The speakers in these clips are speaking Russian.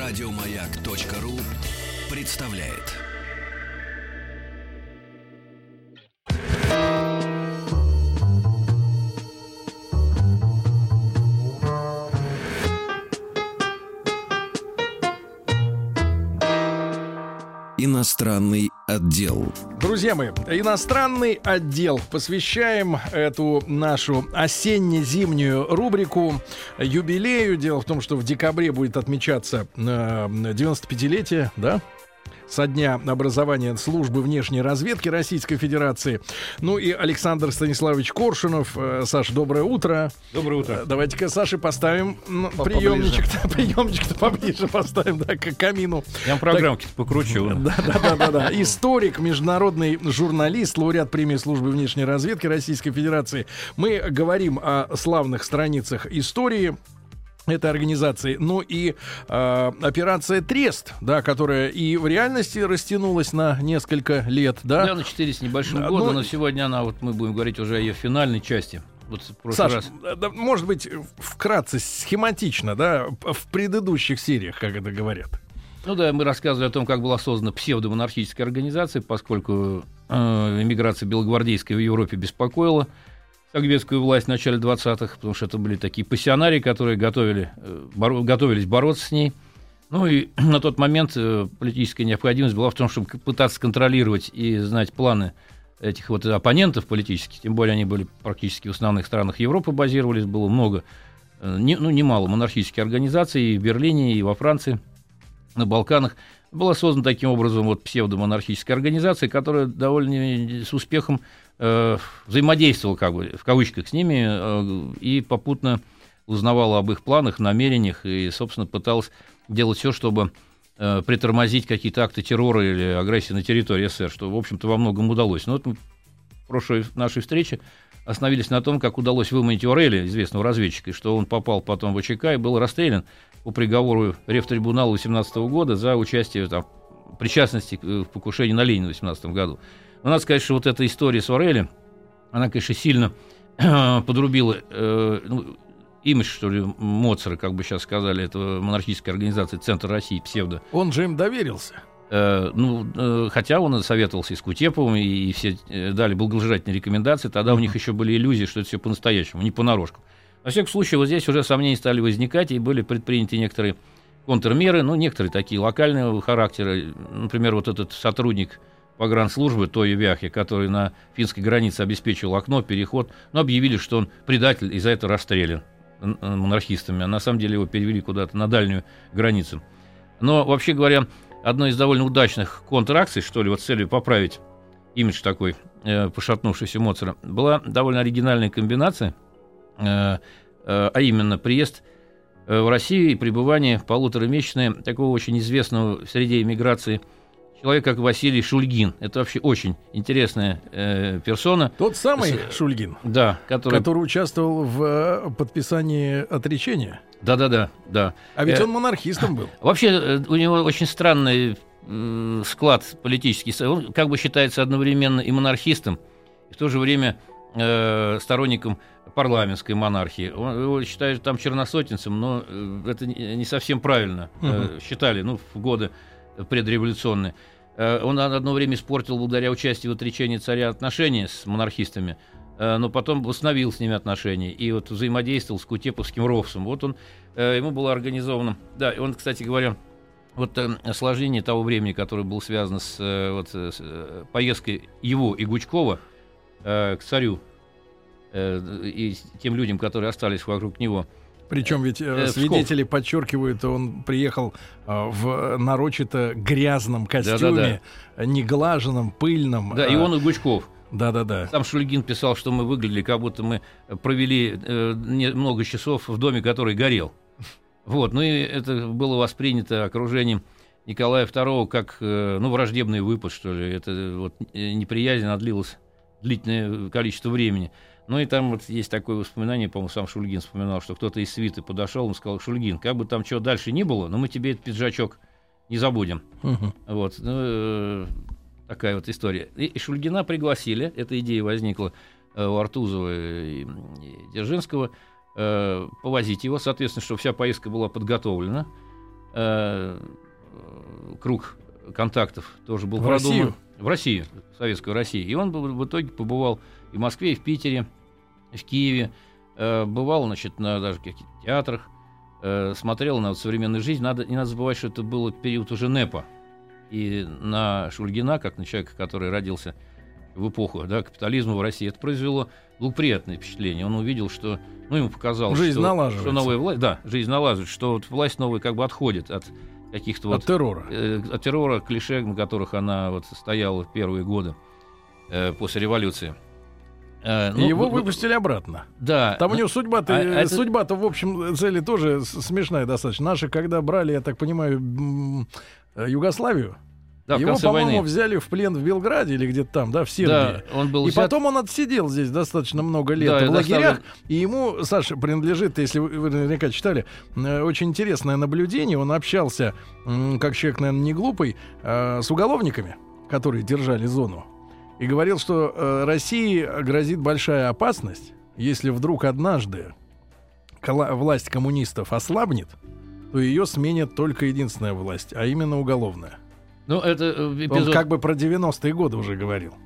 Радиомаяк.ру представляет. Иностранный отдел. Друзья мои, иностранный отдел. Посвящаем эту нашу осенне-зимнюю рубрику юбилею. Дело в том, что в декабре будет отмечаться 95-летие, да? Со дня образования службы внешней разведки Российской Федерации. Ну и Александр Станиславович Коршунов. Саш, доброе утро. Доброе утро. Давайте-ка Саше поставим приемничек-то поближе поставим, да, к камину. Я вам программки покручу. Да. Историк, международный журналист, лауреат премии службы внешней разведки Российской Федерации. Мы говорим о славных страницах истории этой организации. Ну и операция «Трест», да, которая и в реальности растянулась на несколько лет, да? Да, на 4 с небольшим года, но сегодня мы будем говорить уже о ее финальной части. Вот Саша, может быть, вкратце, схематично, да, в предыдущих сериях, как это говорят. Ну да, мы рассказывали о том, как была создана псевдомонархическая организация, поскольку эмиграция белогвардейская в Европе беспокоила советскую власть в начале 20-х, потому что это были такие пассионарии, которые готовились бороться с ней. Ну и на тот момент политическая необходимость была в том, чтобы пытаться контролировать и знать планы этих вот оппонентов политических, тем более они были практически в основных странах Европы базировались, было много, немало монархических организаций и в Берлине, и во Франции, на Балканах. Была создана таким образом вот псевдомонархическая организация, которая довольно с успехом взаимодействовал, как бы, в кавычках, с ними и попутно узнавала об их планах, намерениях и, собственно, пыталась делать все, чтобы притормозить какие-то акты террора или агрессии на территории СССР, что, в общем-то, во многом удалось. Но вот мы в прошлой нашей встрече остановились на том, как удалось выманить Орели, известного разведчика, и что он попал потом в ВЧК и был расстрелян по приговору Ревтрибунала 18 года за участие, причастности к покушению на Ленина в 18 году. Но надо сказать, что вот эта история с Орели, она, конечно, сильно подрубила имидж, что ли, Моцара, как бы сейчас сказали, этого монархической организации «Центр России», псевдо. Он же им доверился. Хотя он советовался и с Кутеповым, и все дали благожелательные рекомендации, тогда у них еще были иллюзии, что это все по-настоящему, не понарошку. Во всяком случае, вот здесь уже сомнения стали возникать, и были предприняты некоторые контрмеры, некоторые такие локального характера. Например, вот этот сотрудник погранслужбы Тоя Вяхи, который на финской границе обеспечивал окно, переход, объявили, что он предатель, и за это расстрелян монархистами, а на самом деле его перевели куда-то на дальнюю границу. Но, вообще говоря, одной из довольно удачных контракций, что ли, вот с целью поправить имидж такой пошатнувшийся Моцара, была довольно оригинальная комбинация, а именно приезд в Россию и пребывание полуторамесячное такого очень известного в среде эмиграции человека, как Василий Шульгин. Это вообще очень интересная персона. Тот самый Шульгин, да, который участвовал в подписании отречения. Да. А ведь он монархистом был. Вообще, у него очень странный склад политический. Он как бы считается одновременно и монархистом, и в то же время сторонником парламентской монархии. Он его считают там черносотенцем, но это не совсем правильно считали, в годы предреволюционные. Он одно время испортил благодаря участию в отречении царя отношения с монархистами, но потом восстановил с ними отношения и вот взаимодействовал с кутеповским РОВСом. Вот он, ему было организовано... Да, и он, кстати говоря, вот осложнение того времени, которое было связано с поездкой его и Гучкова к царю и тем людям, которые остались вокруг него. Причем ведь свидетели подчеркивают, он приехал в нарочито грязном костюме, неглаженном, пыльном. Да, и он и Гучков. Да. Сам Шульгин писал, что мы выглядели, как будто мы провели много часов в доме, который горел. Вот, и это было воспринято окружением Николая II как враждебный выпад, что ли. Это вот неприязнь длилась длительное количество времени. И там вот есть такое воспоминание, по-моему, сам Шульгин вспоминал, что кто-то из свиты подошел, он сказал: Шульгин, как бы там чего дальше ни было, но мы тебе этот пиджачок не забудем. Вот, такая вот история. И Шульгина пригласили, эта идея возникла у Артузова и Дзержинского, повозить его, соответственно, чтобы вся поездка была подготовлена. круг контактов тоже был в продуман. Россию? В Россию, в Советскую Россию. И он в итоге побывал и в Москве, и в Питере, и в Киеве. Бывал, значит, на даже каких-то театрах, смотрел на современную жизнь. Не надо забывать, что это был период уже НЭПа. И на Шульгина, как на человека, который родился в эпоху, да, капитализма в России, это произвело благоприятное впечатление. Он увидел, что, ему показалось, жизнь что налаживается. новая власть, жизнь налаживается, что вот власть новая как бы отходит от каких-то от террора. От террора, клише, на которых она вот стояла в первые годы после революции. И его выпустили обратно. Да. Там у него судьба-то, в общем, цели тоже смешная достаточно. Наши, когда брали, я так понимаю, Югославию, да, его, по-моему, взяли в плен в Белграде или где-то там, да, в Сербии. Да, он был взят... потом он отсидел здесь достаточно много лет в лагерях. И ему, Саша, принадлежит, если вы наверняка читали, очень интересное наблюдение. Он общался, как человек, наверное, не глупый, с уголовниками, которые держали зону. И говорил, что России грозит большая опасность, если вдруг однажды власть коммунистов ослабнет, то ее сменит только единственная власть, а именно уголовная. Это эпизод... Он как бы про 90-е годы уже говорил.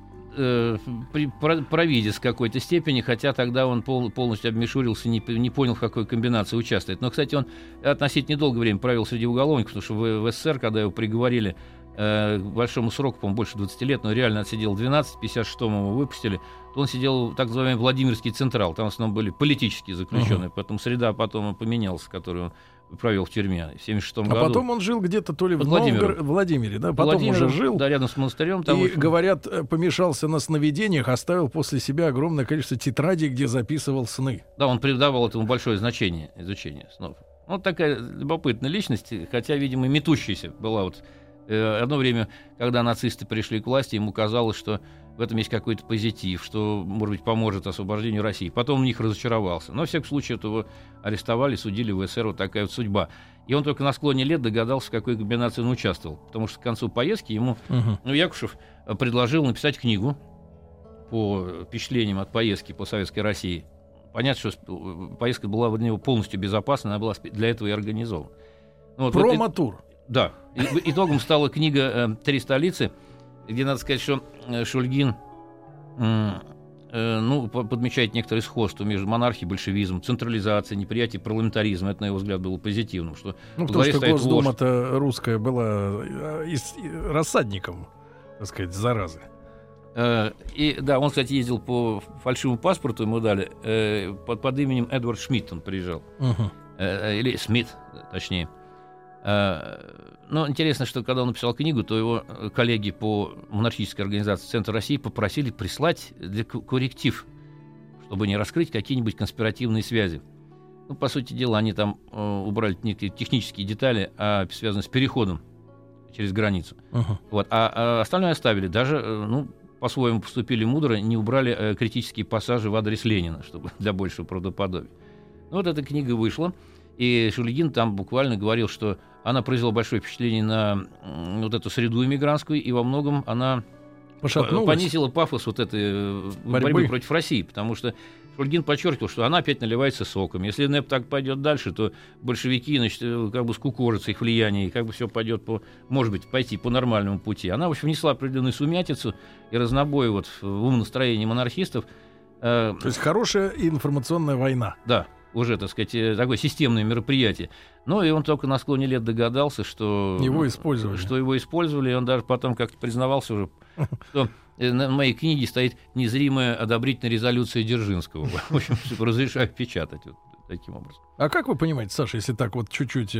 Провидец в какой-то степени, хотя тогда он полностью обмешурился, не понял, в какой комбинации участвует. Но, кстати, он относительно недолгое время провел среди уголовников, потому что в СССР, когда его приговорили к большому сроку, по-моему, больше 20 лет, но реально отсидел 12, в 56-м его выпустили, то он сидел в так называемый Владимирский Централ. Там в основном были политические заключенные, поэтому среда потом поменялась, которую он провел в тюрьме в 1976 году. А потом он жил где-то то ли в Владимире, да? Потом уже жил. Да, рядом с монастырем. Там и, говорят, помешался на сновидениях, оставил после себя огромное количество тетрадей, где записывал сны. Да, он придавал этому большое значение, изучение снов. Вот такая любопытная личность, хотя, видимо, метущаяся была. Вот одно время, когда нацисты пришли к власти, ему казалось, что в этом есть какой-то позитив, что, может быть, поможет освобождению России. Потом в них разочаровался. Но, во всяком случае, его арестовали, судили в СССР. Вот такая вот судьба. И он только на склоне лет догадался, в какой комбинации он участвовал. Потому что к концу поездки ему Якушев предложил написать книгу по впечатлениям от поездки по Советской России. Понятно, что поездка была для него полностью безопасна, она была для этого и организована. Промо-тур. Да. Итогом стала книга «Три столицы», где, надо сказать, что Шульгин подмечает некоторые сходства между монархией, большевизмом, централизацией, неприятием парламентаризма. Это, на его взгляд, было позитивным. Потому что Госдума-то русская была рассадником, так сказать, заразы. И да, он, кстати, ездил по фальшивому паспорту, ему дали, под именем Эдвард Шмидт он приезжал. Или Смит, точнее. Но интересно, что когда он написал книгу, то его коллеги по монархической организации «Центр России» попросили прислать корректив, чтобы не раскрыть какие-нибудь конспиративные связи. По сути дела, они там убрали некие технические детали, связанные с переходом через границу. А остальное оставили. Даже, по-своему поступили мудро, не убрали критические пассажи в адрес Ленина, чтобы для большего правдоподобия. Вот эта книга вышла. И Шульгин там буквально говорил, что она произвела большое впечатление на вот эту среду иммигрантскую, и во многом она понизила пафос вот этой борьбы против России, потому что Шульгин подчеркивал, что она опять наливается соком. Если НЭП так пойдет дальше, то большевики, как бы скукожатся их влияние, и как бы все пойдет пойти по нормальному пути. Она, в общем, внесла определенную сумятицу и разнобой в умонастроении монархистов. То есть хорошая информационная война. Да. Уже, так сказать, такое системное мероприятие. И он только на склоне лет догадался, что его использовали. И он даже потом как-то признавался уже, что на моей книге стоит незримая одобрительная резолюция Дзержинского. В общем, разрешаю печатать таким образом. А как вы понимаете, Саша, если так вот чуть-чуть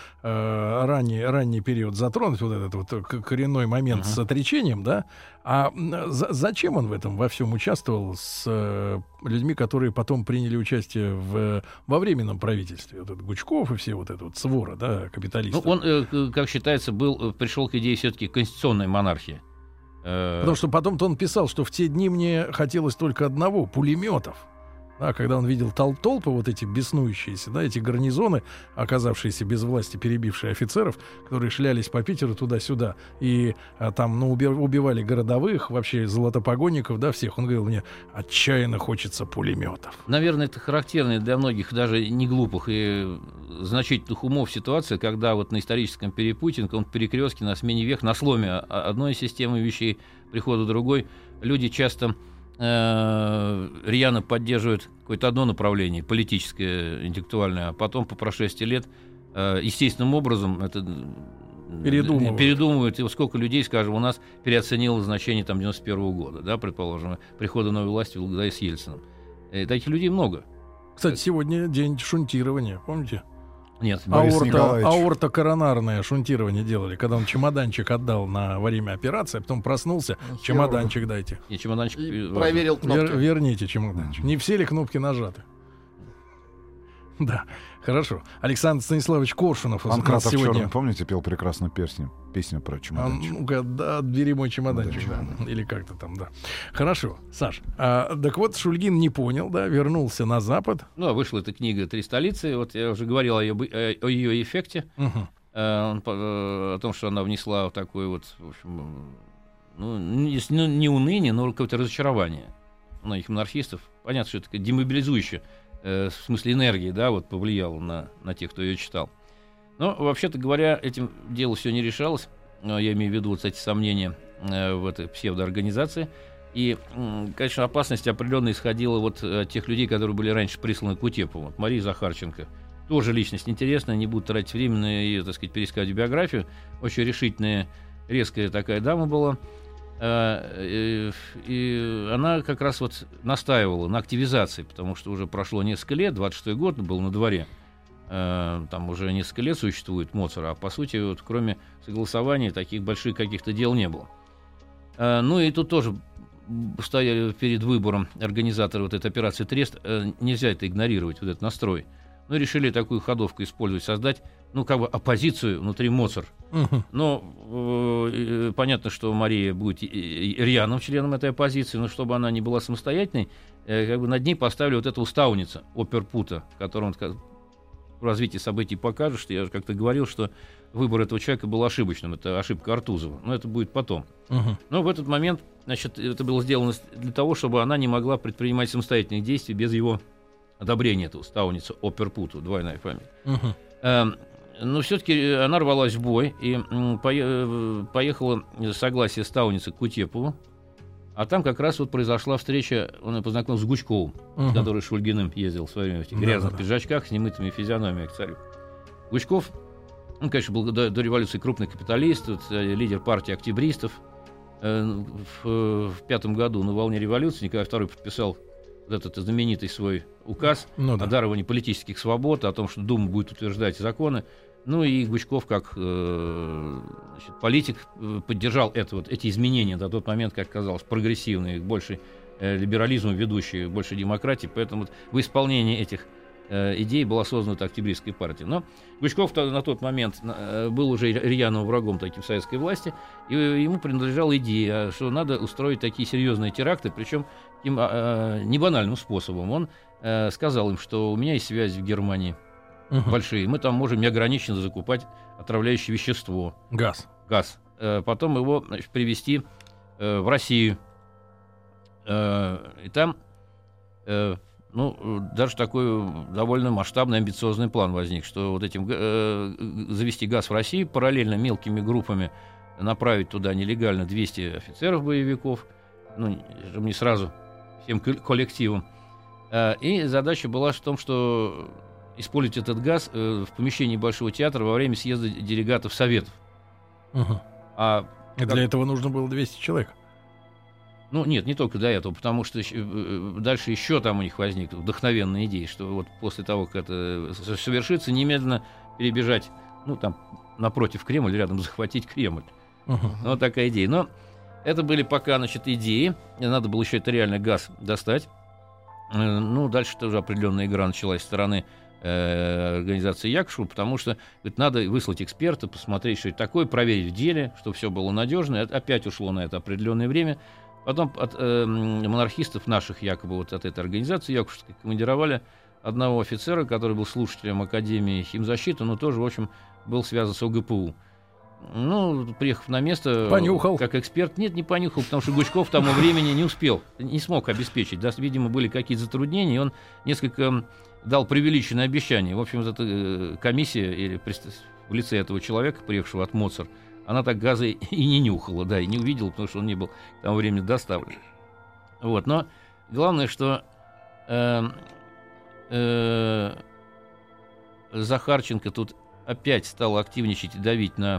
ранний период затронуть, вот этот вот коренной момент с отречением, да? А зачем он в этом во всем участвовал с людьми, которые потом приняли участие во временном правительстве? Вот этот Гучков и все вот это вот свора, да, капиталистов. Он, как считается, пришел к идее все-таки конституционной монархии. Потому что потом-то он писал, что в те дни мне хотелось только одного — пулеметов. Да, когда он видел толпы вот эти беснующиеся, да, эти гарнизоны, оказавшиеся без власти, перебившие офицеров, которые шлялись по Питеру туда-сюда и там, ну, убивали городовых, вообще золотопогонников, да, всех. Он говорил мне, отчаянно хочется пулеметов. Наверное, это характерная для многих, даже не глупых и значительных умов ситуация, когда вот на историческом перепутье, на каком-то перекрестке, на смене вех, на сломе одной системы вещей, прихода другой, люди часто рьяно поддерживают какое-то одно направление, политическое, интеллектуальное, а потом по прошествии лет естественным образом это передумывают. И сколько людей, скажем, у нас переоценило значение там 91-го года, да, предположим, прихода новой власти в главе с Ельциным. И таких людей много. Кстати, сегодня день шунтирования, помните? Нет, аортокоронарное шунтирование делали, когда он чемоданчик отдал во время операции, а потом проснулся, чемоданчик дайте. И чемоданчик проверил кнопки. Верните чемоданчик. Не все ли кнопки нажаты? Да, хорошо. Александр Станиславович Коршунов у нас Панкратов сегодня. Черный, помните, пел прекрасную песню про чемоданчик? Ну-ка, да, отбери мой чемоданчик. Или как-то там, да. Хорошо, Саш. Так вот, Шульгин не понял, да, вернулся на Запад. Ну, вышла эта книга «Три столицы». Вот я уже говорил о ее эффекте, о том, что она внесла такое вот, в общем, не уныние, но какое-то разочарование многих монархистов. Понятно, что это демобилизующее, в смысле энергии, да, вот повлияло на тех, кто ее читал. Но, вообще-то говоря, этим дело все не решалось. Я имею в виду вот эти сомнения в этой псевдоорганизации. И, конечно, опасность определенно исходила вот от тех людей, которые были раньше присланы к Кутепову. Вот Мария Захарченко. Тоже личность интересная, не буду тратить время на ее, так сказать, пересказать биографию. Очень решительная, резкая такая дама была. И она как раз вот настаивала на активизации, потому что уже прошло несколько лет, 26-й год был на дворе, там уже несколько лет существует МОЦАР, а по сути, вот, кроме согласования, таких больших каких-то дел не было. Ну и тут тоже стояли перед выбором организаторы вот этой операции «Трест», нельзя это игнорировать, вот этот настрой. Ну, решили такую ходовку использовать, создать, ну, как бы оппозицию внутри МОЦАР. Но понятно, что Мария будет рьяным членом этой оппозиции, но чтобы она не была самостоятельной, как бы над ней поставили вот этого стауница, Оперпута, которому в развитии событий покажет, что я уже как-то говорил, что выбор этого человека был ошибочным, это ошибка Артузова, но это будет потом. Но в этот момент, значит, это было сделано для того, чтобы она не могла предпринимать самостоятельных действий без его одобрения этого стауница Оперпуту, двойная фамилия. Но все-таки она рвалась в бой и поехала с согласия стауницы к Кутепову. А там как раз вот произошла встреча, он познакомился с Гучковым, который с Шульгиным ездил в свое время в этих грязных пиджачках с немытыми физиономиями к царю. Гучков, он, конечно, был до революции крупный капиталист, вот, лидер партии октябристов. В 5 году на волне революции Николай II подписал вот этот знаменитый свой указ о даровании политических свобод, о том, что Дума будет утверждать законы. Ну и Гучков, как политик, поддержал эти изменения на тот момент, как казалось, прогрессивные, больше либерализму ведущие, больше демократии. Поэтому в исполнении этих идей была создана октябристская партия. Но Гучков на тот момент был уже рьяным врагом таким советской власти, и ему принадлежала идея, что надо устроить такие серьезные теракты, причем не банальным способом. Он сказал им, что у меня есть связи в Германии большие, мы там можем неограниченно закупать отравляющее вещество. Газ. Потом его, значит, привезти в Россию. И там даже такой довольно масштабный, амбициозный план возник, что вот этим завести газ в Россию, параллельно мелкими группами направить туда нелегально 200 офицеров-боевиков, не сразу всем коллективом. И задача была в том, что использовать этот газ в помещении Большого театра во время съезда делегатов Советов. Для этого нужно было 200 человек. Нет, не только для этого, потому что дальше еще там у них возникла вдохновенная идея, что вот после того, как это совершится, немедленно перебежать, там напротив Кремля, рядом захватить Кремль. Вот такая идея. Но это были пока, идеи. Надо было еще это реально газ достать. Дальше тоже определенная игра началась со стороны организации Якушева, потому что надо выслать эксперта, посмотреть, что это такое, проверить в деле, чтобы все было надежно. Опять ушло на это определенное время. Потом от монархистов наших, якобы вот от этой организации якушевской, командировали одного офицера, который был слушателем Академии химзащиты, но тоже, в общем, был связан с ОГПУ. Ну, приехав на место, понюхал. Как эксперт, нет, не понюхал, потому что Гучков к тому времени не успел, не смог обеспечить. Да, видимо, были какие-то затруднения, и он несколько дал преувеличенное обещание. В общем, вот эта комиссия или в лице этого человека, приехавшего от Моцар, она так газа и не нюхала, да, и не увидела, потому что он не был к тому времени доставлен. Вот, но главное, что Захарченко тут опять стал активничать и давить на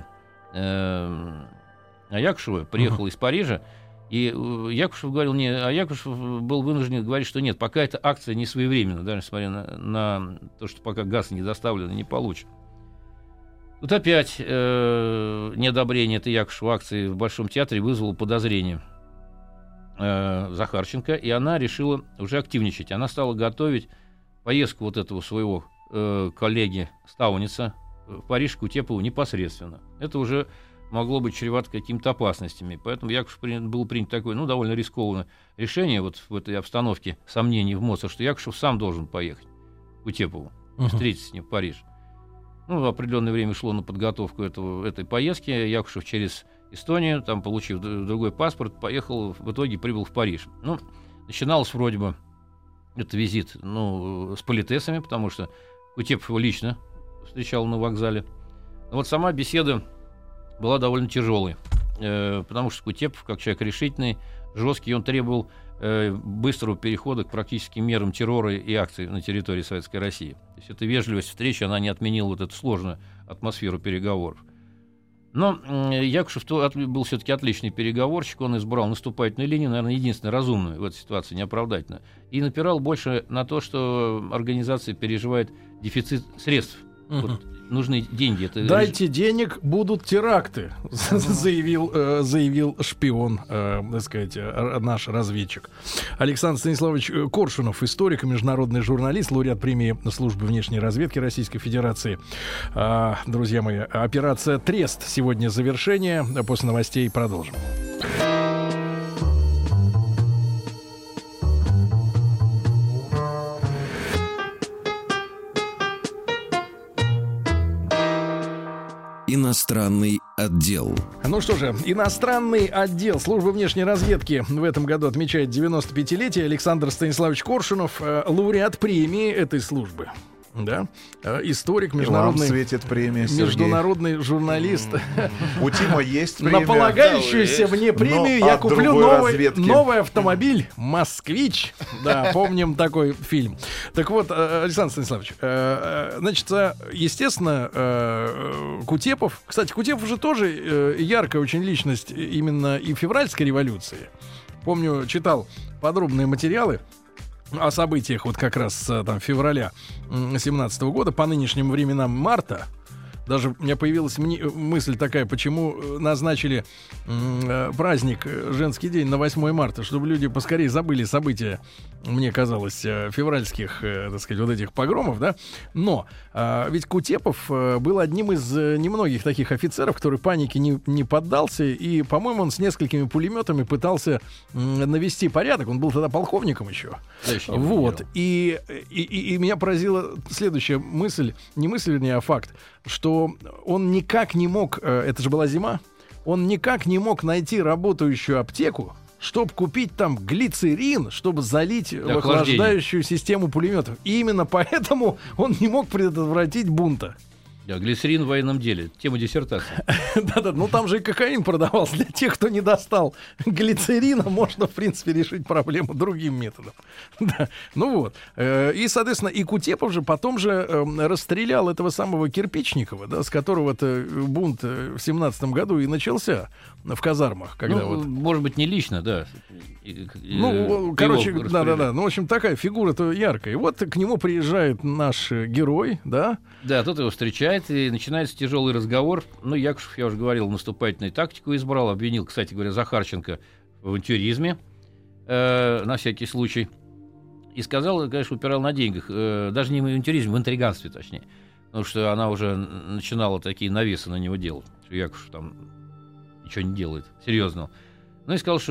Якушева, приехал из Парижа, и Якушев говорил, а Якушев был вынужден говорить, что нет, пока эта акция не своевременна, даже несмотря на то, что пока газ не доставлен и не получен. Тут опять неодобрение этой Якушева акции в Большом театре вызвало подозрение Захарченко, и она решила уже активничать. Она стала готовить поездку вот этого своего коллеги Стауница в Париж к Кутепову непосредственно. Это уже могло быть чревато какими-то опасностями. Поэтому Якушев был принято такое, довольно рискованное решение вот в этой обстановке сомнений в Моцарте, что Якушев сам должен поехать к Кутепову, встретиться с ним в Париж. Определенное время шло на подготовку этой поездки. Якушев через Эстонию, там, получив другой паспорт, поехал, в итоге прибыл в Париж. Начиналось вроде бы этот визит, с политесами, потому что Кутепов его лично встречал на вокзале. Но вот сама беседа была довольно тяжелой, потому что Кутепов, как человек решительный, жесткий, он требовал быстрого перехода к практическим мерам террора и акций на территории Советской России. То есть эта вежливость встречи, она не отменила вот эту сложную атмосферу переговоров. Но Якушев был все-таки отличный переговорщик, он избрал наступательную линию, наверное, единственную разумную в этой ситуации, неоправдательно, и напирал больше на то, что организация переживает дефицит средств. Вот нужны деньги. Дайте денег, будут теракты, заявил шпион, так сказать, наш разведчик. Александр Станиславович Коршунов, историк, международный журналист, лауреат премии Службы внешней разведки Российской Федерации. Друзья мои, операция «Трест» сегодня завершение. После новостей продолжим. Иностранный отдел. Ну что же, иностранный отдел службы внешней разведки в этом году отмечает 95-летие. Александр Станиславович Коршунов, лауреат премии этой службы. Да? Историк, международный, светит премия, международный журналист. У Тима есть премия. На полагающуюся мне премию я куплю новый автомобиль «Москвич». Да, помним такой фильм. Так вот, Александр Станиславович, значит, естественно, Кутепов... Кстати, Кутепов же тоже яркая очень личность именно и февральской революции. Помню, читал подробные материалы о событиях вот как раз там февраля 17 года, по нынешним временам марта. Даже у меня появилась мысль такая, почему назначили праздник, женский день, на 8 марта, чтобы люди поскорее забыли события, мне казалось, февральских, так сказать, вот этих погромов, да. Но ведь Кутепов был одним из немногих таких офицеров, который панике не поддался, и, по-моему, он с несколькими пулеметами пытался навести порядок. Он был тогда полковником еще. Вот. И меня поразила следующая мысль, не мысль, вернее, а факт, что он никак не мог, это же была зима, он никак не мог найти работающую аптеку, чтобы купить там глицерин, чтобы залить в охлаждающую систему пулеметов. И именно поэтому он не мог предотвратить бунта. Да, глицерин в военном деле. Тема диссертации. Да-да, ну там же и кокаин продавался. Для тех, кто не достал глицерина, можно, в принципе, решить проблему другим методом. Да. Ну вот. И, соответственно, и Кутепов же потом же расстрелял этого самого Кирпичникова, да, с которого-то бунт в 17-м году и начался в казармах. Когда может быть, не лично, да. Короче, да-да-да. Ну, в общем, такая фигура-то яркая. И вот к нему приезжает наш герой, да. Да, тот его встречает, и начинается тяжелый разговор. Якушев, я уже говорил, наступательную тактику избрал. Обвинил, кстати говоря, Захарченко в авантюризме, на всякий случай. И сказал, конечно, упирал на деньгах. Даже не в авантюризме, в интриганстве, точнее. Потому что она уже начинала такие навесы на него делать. Что Якушев там ничего не делает серьезного. Ну и сказал,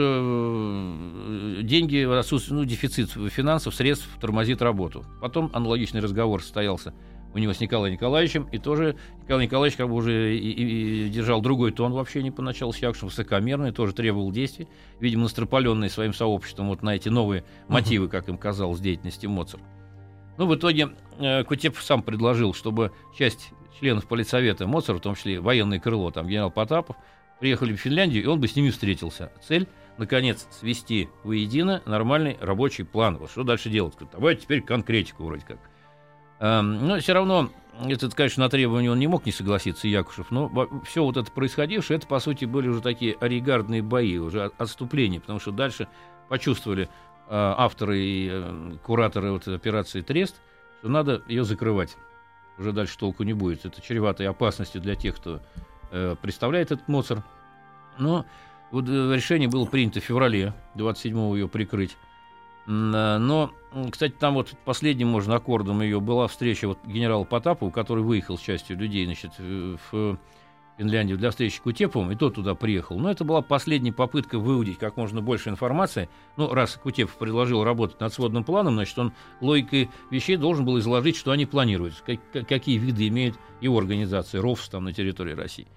что деньги, дефицит финансов, средств тормозит работу. Потом аналогичный разговор состоялся у него с Николаем Николаевичем, и тоже Николай Николаевич как бы уже и держал другой тон в общении поначалу с Якушевым, высокомерный, тоже требовал действий, видимо, настропаленный своим сообществом вот на эти новые мотивы, как им казалось, деятельности Моцарта. Ну, в итоге Кутепов сам предложил, чтобы часть членов политсовета Моцарта, в том числе военное крыло, там генерал Потапов, приехали в Финляндию, и он бы с ними встретился. Цель, наконец, свести воедино нормальный рабочий план. Вот что дальше делать? Давайте теперь конкретику вроде как. Но все равно, это, конечно, на требования он не мог не согласиться, Якушев, но все вот это происходившее, это, по сути, были уже такие арьергардные бои, уже отступления, потому что дальше почувствовали авторы и кураторы вот операции «Трест», что надо ее закрывать. Уже дальше толку не будет. Это чреватой опасностью для тех, кто представляет этот Моцарт. Но вот решение было принято в феврале, 27-го ее прикрыть. Но, кстати, там вот последним, можно, аккордом ее была встреча вот генерала Потапова, который выехал с частью людей, значит, в Финляндию для встречи с Кутеповым, и тот туда приехал. Но это была последняя попытка выудить как можно больше информации. Ну, раз Кутепов предложил работать над сводным планом, значит, он логикой вещей должен был изложить, что они планируют, какие виды имеет его организация, РОВС там на территории России.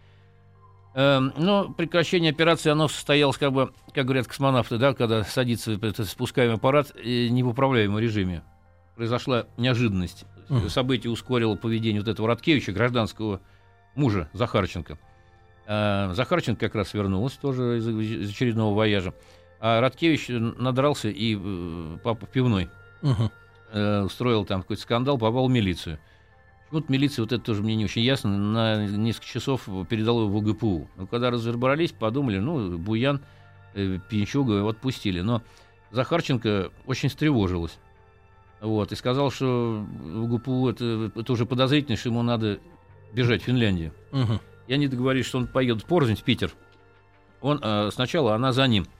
Но прекращение операции, оно состоялось, как бы, как говорят космонавты, да, когда садится этот спускаемый аппарат не в управляемом режиме. Произошла неожиданность. Событие ускорило поведение вот этого Радкевича, гражданского мужа Захарченко. Захарченко как раз вернулась тоже из очередного вояжа. А Радкевич надрался и папа пивной. Устроил там какой-то скандал, попал в милицию. Вот милиция, вот это тоже мне не очень ясно, на несколько часов передала его в ОГПУ. Но когда разобрались, подумали, ну, Буян, Пьянчуга его отпустили. Но Захарченко очень встревожилась. Вот, и сказал, что в ОГПУ это уже подозрительно, что ему надо бежать в Финляндию. И они договорились, что он поедет порознь в Питер. Он сначала, она за ним.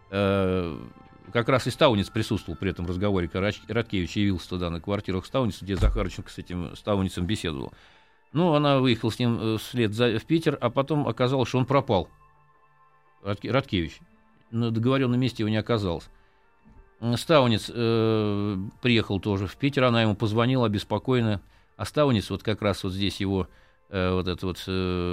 Как раз и Стауниц присутствовал при этом разговоре. Радкевич явился туда на квартирах Стауница, где Захарченко с этим Стауницем беседовал. Ну, она выехала с ним вслед в Питер, а потом оказалось, что он пропал. Радкевич. На договоренном месте его не оказалось. Стауниц приехал тоже в Питер, она ему позвонила обеспокоенная. А Стауниц, вот как раз вот здесь его вот это вот...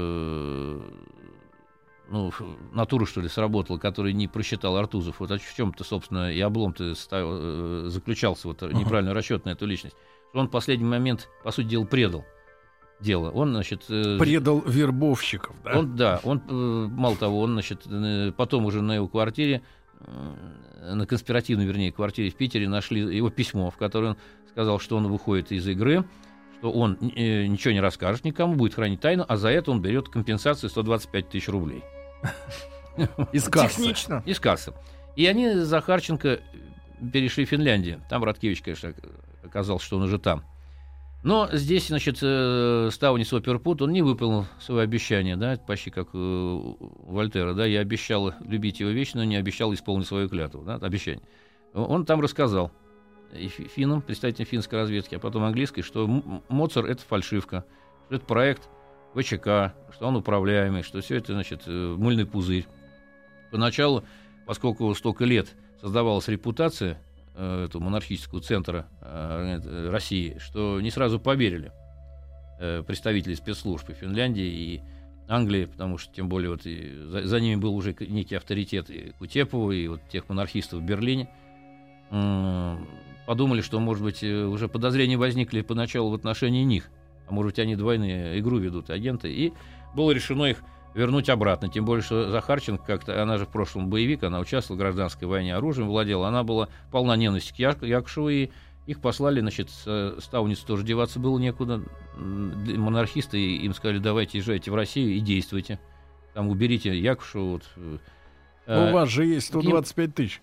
натура, что ли, сработала, который не просчитал Артузов. Вот в чем-то, собственно, и облом-то заключался, вот неправильный расчет на эту личность. Он в последний момент, по сути дела, предал дело. Он, значит... Предал вербовщиков, да? Он, мало того, он, значит, потом уже на его квартире, на конспиративной, вернее, квартире в Питере нашли его письмо, в котором он сказал, что он выходит из игры, что он ничего не расскажет никому, будет хранить тайну, а за это он берет компенсацию 125 тысяч рублей. Из кассы. Технично. Из кассы. И они с Захарченко перешли в Финляндию. Там Радкевич, конечно, оказался, что он уже там. Но здесь, значит, Стауниц Оперпут, он не выполнил свое обещание, да, почти как у Вольтера, да, я обещал любить его вечно, но не обещал исполнить свою клятву, да, обещание. Он там рассказал и финнам, представителям финской разведки, а потом английской, что Моцарт — это фальшивка, что это проект ВЧК, что он управляемый, что все это, значит, мыльный пузырь. Поначалу, поскольку столько лет создавалась репутация этого монархического центра России, что не сразу поверили представители спецслужб и Финляндии, и Англии, потому что, тем более, вот за ними был уже некий авторитет и Кутепова, и вот тех монархистов в Берлине. Подумали, что, может быть, уже подозрения возникли поначалу в отношении них, а может быть, они двойную игру ведут, агенты, и было решено их вернуть обратно. Тем более, что Захарченко, как-то, она же в прошлом боевик, она участвовала в гражданской войне, оружием владела, она была полна ненависти к Якушеву, и их послали, значит, Стауниц тоже деваться было некуда, монархисты, и им сказали, давайте езжайте в Россию и действуйте, там уберите Якушева. Вот. У вас же есть 125 тысяч.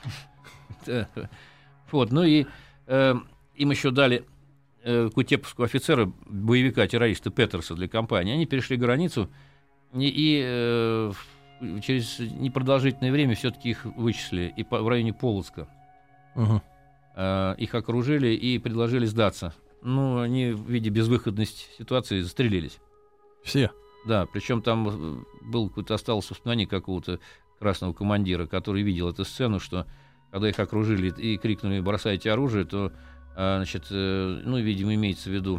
Вот, ну и им еще дали кутеповского офицера, боевика-террориста Петерса для кампании. Они перешли границу, и через непродолжительное время все-таки их вычислили и в районе Полоцка. Их окружили и предложили сдаться. Ну, они, видя безвыходность ситуации, застрелились. Все? Да, причем там был какое-то, осталось воспоминание какого-то красного командира, который видел эту сцену, что когда их окружили и крикнули «бросайте оружие», то, значит, ну, видимо, имеется в виду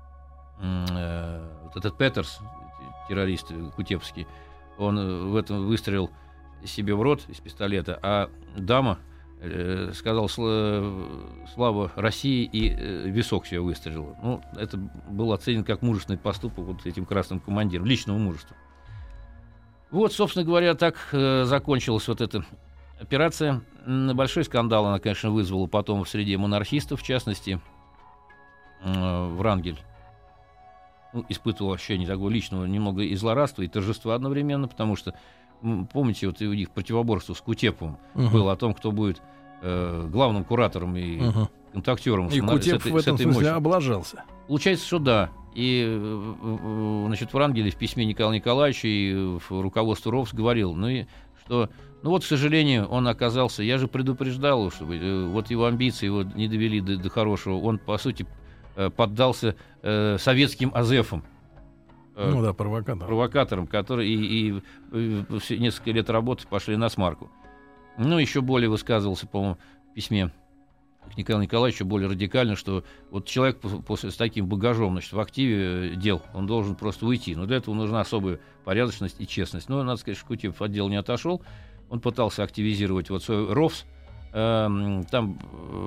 вот этот Петерс, террорист кутепский, он в этом выстрелил себе в рот из пистолета, а дама сказал «Слава России» и висок себе выстрелил. Ну, это был оценен как мужественный поступок вот этим красным командиром, личного мужества. Вот, собственно говоря, так закончилась вот эта операция. Большой скандал она, конечно, вызвала потом в среде монархистов, в частности, Врангель испытывал ощущение такого личного немного и злорадства, и торжества одновременно, потому что, помните, вот у них противоборство с Кутеповым было о том, кто будет главным куратором и контактером и Кутепов в этом смысле облажался. Получается, что да. И, значит, Врангель в письме Николаю Николаевичу и в руководству РОВС говорил, что, вот, к сожалению, он оказался, я же предупреждал, что вот его амбиции его не довели до хорошего, он, по сути, поддался советским азефам. Ну да, провокаторам, которые и несколько лет работы пошли на смарку. Ну, еще более высказывался, по-моему, в письме к Николаю Николаевичу более радикально, что вот человек с таким багажом, значит, в активе дел, он должен просто уйти. Но для этого нужна особая порядочность и честность. Но, надо сказать, что Кутепов от дела не отошел. Он пытался активизировать вот свой РОВС. Там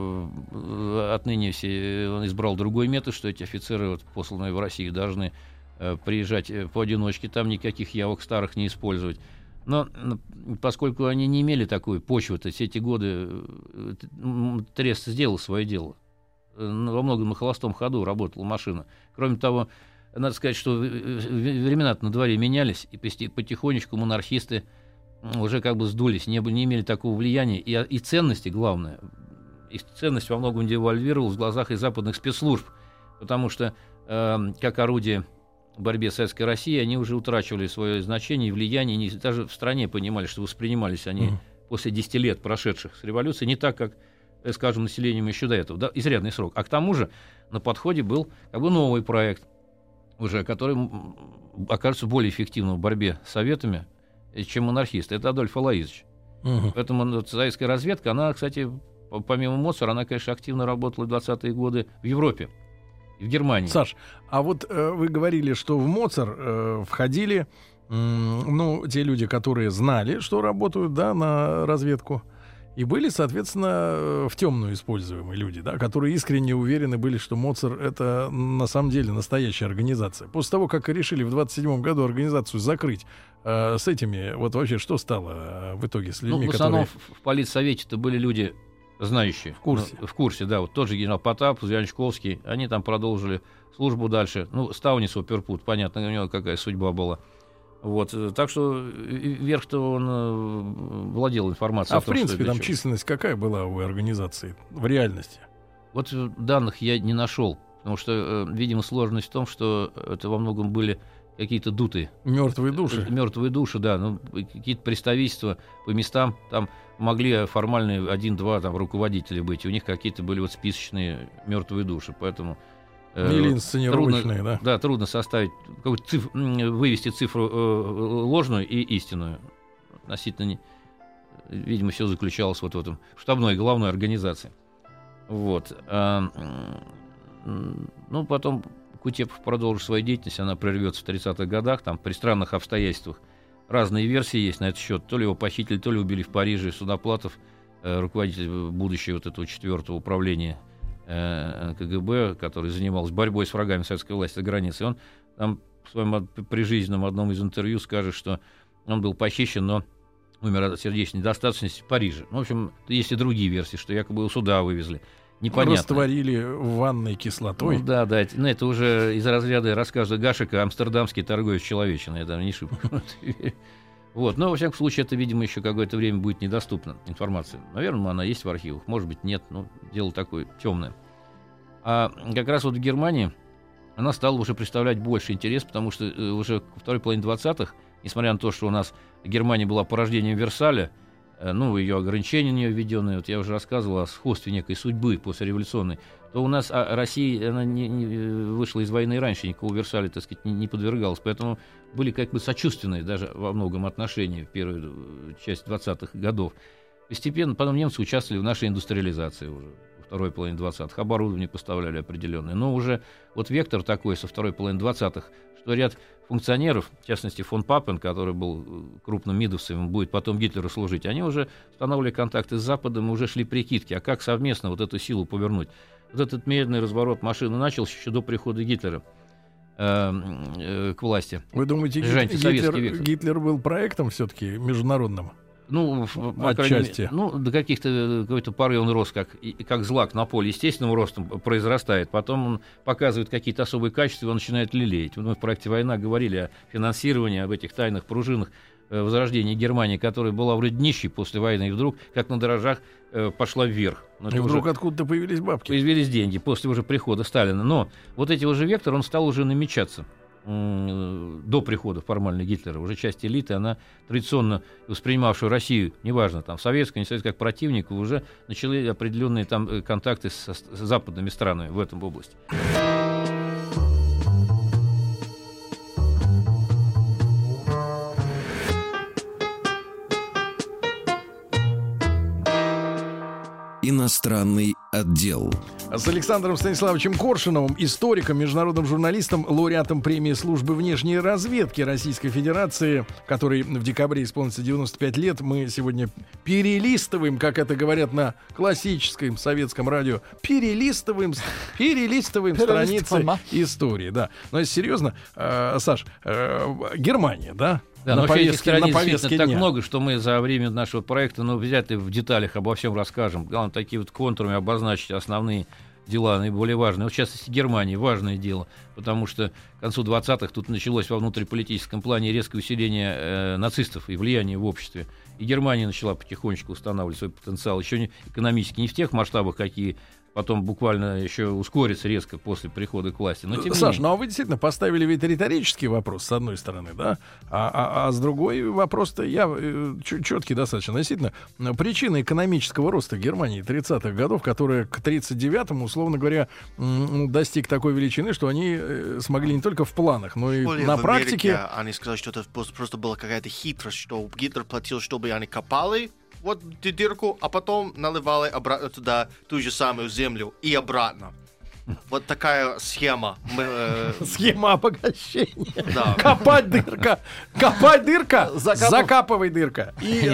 отныне он избрал другой метод, что эти офицеры, вот, посланные в Россию, должны приезжать поодиночке, там никаких явок старых не использовать. Но поскольку они не имели такой почвы, то все эти годы Трест сделал свое дело. Во многом на холостом ходу работала машина. Кроме того, надо сказать, что времена-то на дворе менялись, и потихонечку монархисты уже как бы сдулись, не имели такого влияния. И ценности, главное, их ценность во многом девальвировалась в глазах и западных спецслужб, потому что как орудие в борьбе с Советской Россией они уже утрачивали свое значение и влияние, они даже в стране понимали, что воспринимались они после 10 лет, прошедших с революции, не так, как, скажем, населением еще до этого, да, изрядный срок. А к тому же на подходе был как бы новый проект, уже, который окажется более эффективным в борьбе с советами, чем монархисты. Это Адольф Алаизович. Поэтому советская разведка, она, кстати, помимо Моцара, она, конечно, активно работала в 20-е годы в Европе. В Германии. Саш, а вот вы говорили, что в Моцар входили те люди, которые знали, что работают, да, на разведку, и были, соответственно, в темную используемые люди, да, которые искренне уверены были, что Моцар — это на самом деле настоящая организация. После того, как решили в 27 году организацию закрыть, с этими, вот вообще что стало в итоге с людьми, в основном в политсовете-то были люди знающие. В курсе, да. Вот тот же генерал Потапов, Янчковский, они там продолжили службу дальше. Стаунис Оперпут, понятно, у него какая судьба была. Вот. Так что верх-то он владел информацией. А в принципе там численность какая была у организации в реальности? Вот данных я не нашел, потому что, видимо, сложность в том, что это во многом были какие-то дутые. Мертвые души. Мертвые души, да. Какие-то представительства по местам там могли формальные 1-2 там руководителя быть. У них какие-то были вот списочные мертвые души. Поэтому или инсценировочные, да? Да, трудно составить, вывести цифру ложную и истинную. Относительно, видимо, все заключалось вот в этом штабной главной организации. Вот. Потом Кутепов продолжит свою деятельность, она прервется в 30-х годах, там при странных обстоятельствах. Разные версии есть на этот счет. То ли его похитили, то ли убили в Париже. Судоплатов, руководитель будущего вот этого 4-го управления КГБ, который занимался борьбой с врагами советской власти за границей, он там в своем прижизненном одном из интервью скажет, что он был похищен, но умер от сердечной недостаточности в Париже. В общем, есть и другие версии, что якобы его сюда вывезли. Непонятно. Растворили в ванной кислотой. Да, это уже из разряда рассказа Гашека «Амстердамский торговец человечиной». Это не шибко. Вот. Но, во всяком случае, это, видимо, еще какое-то время будет недоступна информация. Наверное, она есть в архивах, может быть, нет, но дело такое темное. А как раз вот в Германии она стала уже представлять больше интерес, потому что уже во второй половине 20-х, несмотря на то, что у нас Германия была порождением Версаля, ее ограничения на нее введенные, вот я уже рассказывал о сходстве некой судьбы послереволюционной, то у нас Россия она не вышла из войны раньше, никакого Версаля, так сказать, не подвергалась. Поэтому были как бы сочувственные даже во многом отношения в первую часть 20-х годов. Постепенно потом немцы участвовали в нашей индустриализации уже во второй половине 20-х. Оборудование поставляли определенное. Но уже вот вектор такой со второй половины 20-х, что ряд функционеров, в частности фон Папен, который был крупным мидовцем, будет потом Гитлеру служить, они уже устанавливали контакты с Западом и уже шли прикидки, а как совместно вот эту силу повернуть. Вот этот медленный разворот машины начался еще до прихода Гитлера к власти. Вы думаете, Гитлер был проектом все-таки международным? Ну, отчасти. До какой-то поры он рос как злак на поле, естественным ростом произрастает. Потом он показывает какие-то особые качества, и он начинает лелеять. Мы в проекте «Война» говорили о финансировании, об этих тайных пружинах возрождения Германии, которая была вроде нищей после войны, и вдруг, как на дрожжах, пошла вверх. И вдруг откуда-то появились бабки. Появились деньги после уже прихода Сталина. Но вот эти уже вектор, он стал уже намечаться. До прихода формально Гитлера. Уже часть элиты, она традиционно воспринимавшая Россию, неважно, там, советская, не советская, как противника, уже начали определенные там контакты с западными странами в этом области. Иностранный отдел. С Александром Станиславовичем Коршуновым, историком, международным журналистом, лауреатом премии службы внешней разведки Российской Федерации, который в декабре исполнится 95 лет. Мы сегодня перелистываем, как это говорят на классическом советском радио, перелистываем страницы истории. Да. Но если серьезно, Саш, Германия, да? Да, но этих страниц так много, что мы за время нашего проекта, взять в деталях обо всем расскажем. Главное, такие вот контурами обозначить основные дела, наиболее важные. Вот в частности, Германия, важное дело, потому что к концу 20-х тут началось во внутриполитическом плане резкое усиление нацистов и влияние в обществе. И Германия начала потихонечку устанавливать свой потенциал, еще не экономически, не в тех масштабах, какие потом буквально еще ускорится резко после прихода к власти. Но, Саш, а вы действительно поставили ведь риторический вопрос, с одной стороны, да? А с другой вопрос-то четкий достаточно. Действительно, причина экономического роста Германии 30-х годов, которая к 39-му, условно говоря, достиг такой величины, что они смогли не только в планах, но и на практике... Они сказали, что это просто была какая-то хитрость, что Гитлер платил, чтобы они копали вот дырку, а потом наливали обратно туда ту же самую землю и обратно. Вот такая схема. Схема обогащения. Да. Копать дырка, закапывай дырка.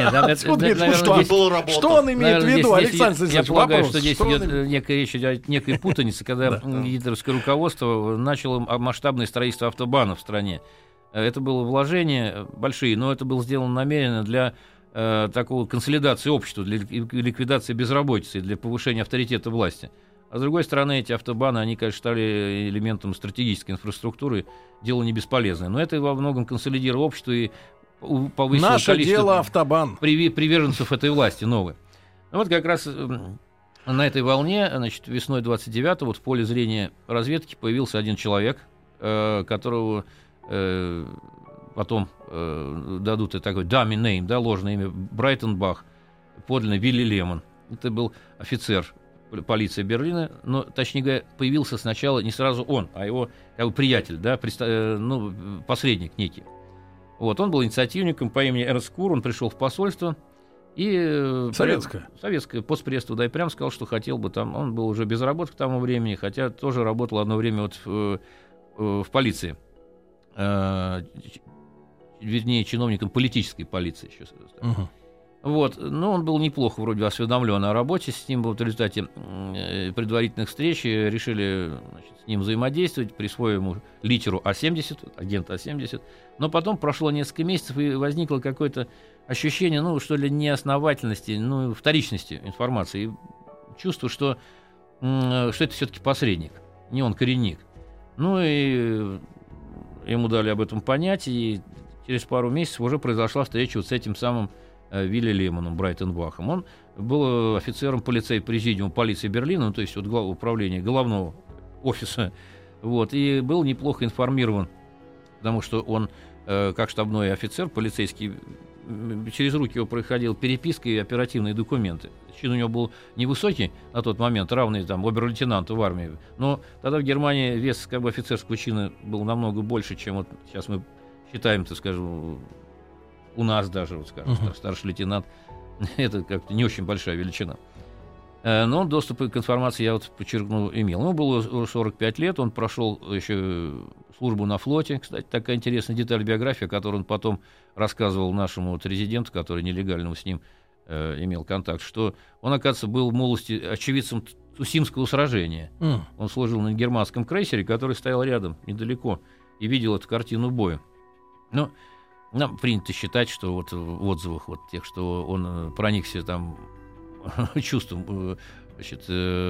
Что он имеет в виду, Александр Александрович? Я полагаю, что здесь идет некая речь о некой путанице, когда гитлеровское руководство начало масштабное строительство автобанов в стране. Это было вложения большие, но это было сделано намеренно для такой консолидации общества, для ликвидации безработицы, для повышения авторитета власти. А с другой стороны, эти автобаны, они, конечно, стали элементом стратегической инфраструктуры, дело не бесполезное. Но это во многом консолидировало общество и повысило наше количество дело автобан. Приверженцев этой власти новой. Ну, вот как раз на этой волне, значит, весной 29-го в поле зрения разведки появился один человек, которого... потом дадут и такой dummy name, да, ложное имя, Брайтенбах, подлинно Вилли Лемон. Это был офицер полиции Берлина, но, точнее говоря, появился сначала не сразу он, а его как бы приятель, да, посредник некий. Вот, он был инициативником по имени Эрнст Кур, он пришел в посольство и... Советское, постпредство, да, и прямо сказал, что хотел бы там, он был уже без работы к тому времени, хотя тоже работал одно время вот в полиции. Вернее, чиновником политической полиции еще. Вот. Но он был неплохо вроде осведомлен о работе. С ним в результате предварительных встреч решили, значит, с ним взаимодействовать, присвоив ему литеру А-70, агент А-70. Но потом прошло несколько месяцев, и возникло какое-то ощущение, что ли, неосновательности, вторичности информации. И чувство, что это все-таки посредник, не он коренник. И ему дали об этом понять, и через пару месяцев уже произошла встреча вот с этим самым Вилли Лемоном, Брайтенбахом. Он был офицером президиума полиции Берлина, то есть вот управления головного офиса, вот, и был неплохо информирован, потому что он, как штабной офицер полицейский, через руки его проходила переписка и оперативные документы. Чин у него был невысокий на тот момент, равный там обер-лейтенанту в армии. Но тогда в Германии вес как бы офицерского чина был намного больше, чем вот сейчас мы считаем, так скажем, у нас даже, вот, скажем, старший лейтенант. Это как-то не очень большая величина. Но доступ к информации, я вот подчеркну, имел. Ему было 45 лет, он прошел еще службу на флоте. Кстати, такая интересная деталь биографии, о которой он потом рассказывал нашему вот резиденту, который нелегально с ним имел контакт, что он, оказывается, был в молодости очевидцем Цусимского сражения. Он служил на германском крейсере, который стоял рядом, недалеко, и видел эту картину боя. Но нам принято считать, что вот в отзывах вот тех, что он проникся там чувством, значит,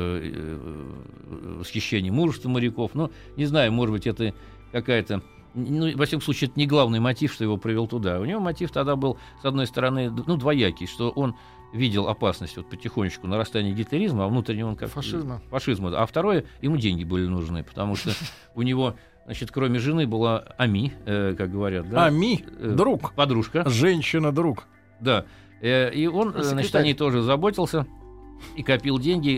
восхищения мужества моряков. Но не знаю, может быть, это какая-то... Ну, во всяком случае, это не главный мотив, что его привел туда. У него мотив тогда был, с одной стороны, двоякий, что он видел опасность вот потихонечку нарастания гитлеризма, а внутренне он как... Фашизма. А второе, ему деньги были нужны, потому что у него... Значит, кроме жены была Ами, как говорят. Да? Ами, друг. Подружка. Женщина-друг. Да. И он, значит, о ней тоже заботился и копил деньги.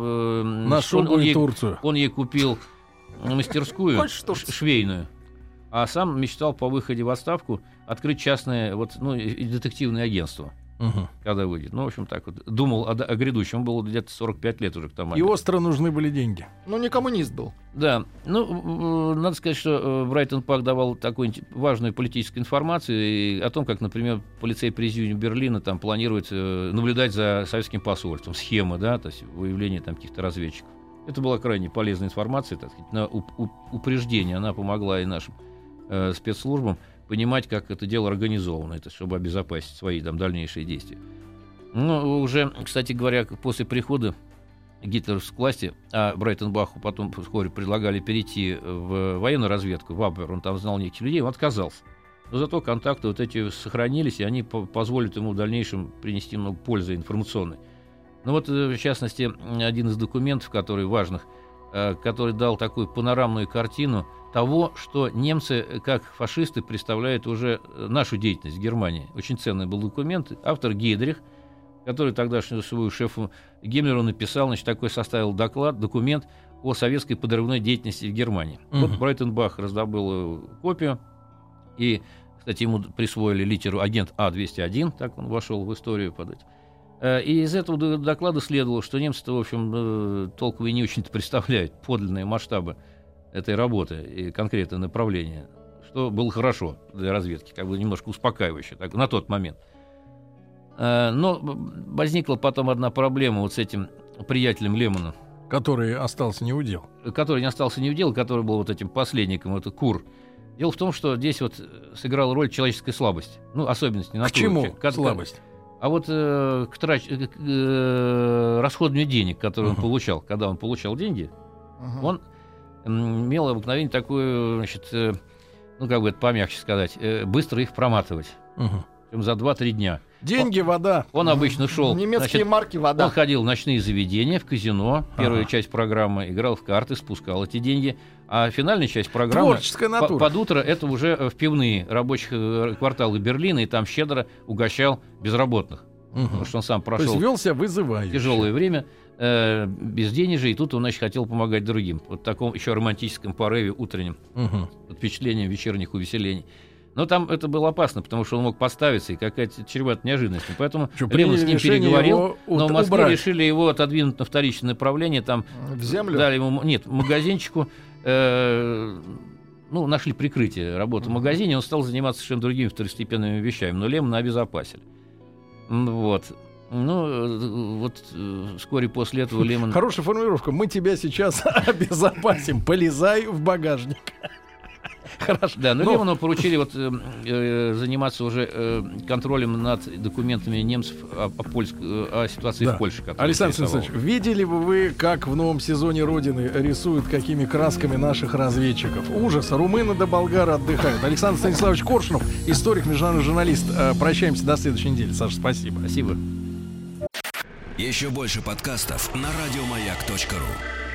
Нашел Турцию. Он ей купил мастерскую швейную, а сам мечтал по выходе в отставку открыть частное детективное агентство. Когда выйдет. Ну, в общем, так вот. Думал о грядущем. Было где-то 45 лет уже к тому моменту. И остро нужны были деньги. Ну, не коммунист был. Да. Ну, надо сказать, что Брайтон-Пак давал такую важную политическую информацию и о том, как, например, полицей-президиум Берлина там планирует наблюдать за советским посольством. Схемы, да, то есть выявление там каких-то разведчиков. Это была крайне полезная информация, так сказать, на упреждение. Она помогла и нашим спецслужбам понимать, как это дело организовано, это, чтобы обезопасить свои там дальнейшие действия. Ну, уже, кстати говоря, после прихода Гитлера к власти, а Брайтон-Баху потом вскоре предлагали перейти в военную разведку, в Абвер, он там знал неких людей, он отказался. Но зато контакты вот эти сохранились, и они позволят ему в дальнейшем принести много пользы информационной. Ну вот, в частности, один из документов, который важных, который дал такую панорамную картину того, что немцы, как фашисты, представляют уже нашу деятельность в Германии. Очень ценный был документ. Автор Гейдрих, который тогдашнему своему шефу Гиммлеру написал, значит, такой составил документ о советской подрывной деятельности в Германии. Вот Брайтон-Бах раздобыл копию, и, кстати, ему присвоили литеру агент А-201, так он вошел в историю под этим. И из этого доклада следовало, что немцы-то, в общем, толково и не очень-то представляют подлинные масштабы этой работы и конкретное направление, что было хорошо для разведки, как бы немножко успокаивающе так, на тот момент. Но возникла потом одна проблема вот с этим приятелем Лемона. Который остался неудел. Который не остался неудел, который был вот этим последником, это Кур. Дело в том, что здесь вот сыграла роль человеческая слабость. Ну, особенность не на К чему слабость? А вот к расходованию денег, которые он получал. Когда он получал деньги, он имел обыкновение такое, значит, ну, как бы это помягче сказать, быстро их проматывать. За 2-3 дня. Деньги, вода. Он обычно шел... Немецкие марки, вода. Он ходил в ночные заведения, в казино. Первая часть программы играл в карты, спускал эти деньги. А финальная часть программы... Творческая натура. Под утро это уже в пивные рабочие кварталы Берлина, и там щедро угощал безработных. Потому что он сам прошел... То есть вел себя вызывающе. Тяжелое время, безденежье, и тут он, значит, хотел помогать другим. Вот в таком еще романтическом порыве утреннем, под впечатлением вечерних увеселений. Но там это было опасно, потому что он мог подставиться, и какая-то чревата неожиданность. Поэтому Лемон с ним переговорил, но в Москве решили его отодвинуть на вторичное направление. Там в землю? Дали ему, магазинчику, нашли прикрытие работы в магазине, он стал заниматься совершенно другими второстепенными вещами, но Лемона обезопасили. Вот. Ну, вот вскоре после этого Лемон... Хорошая формулировка. Мы тебя сейчас обезопасим. Полезай в багажник. Хорошо. Да, но Лемону поручили заниматься уже контролем над документами немцев о ситуации в Польше. Александр Александрович, видели бы вы, как в новом сезоне «Родины» рисуют какими красками наших разведчиков? Ужас. Румыны да болгары отдыхают. Александр Станиславович Коршунов, историк, международный журналист. Прощаемся до следующей недели. Саша, спасибо. Спасибо. Еще больше подкастов на радиомаяк.ру.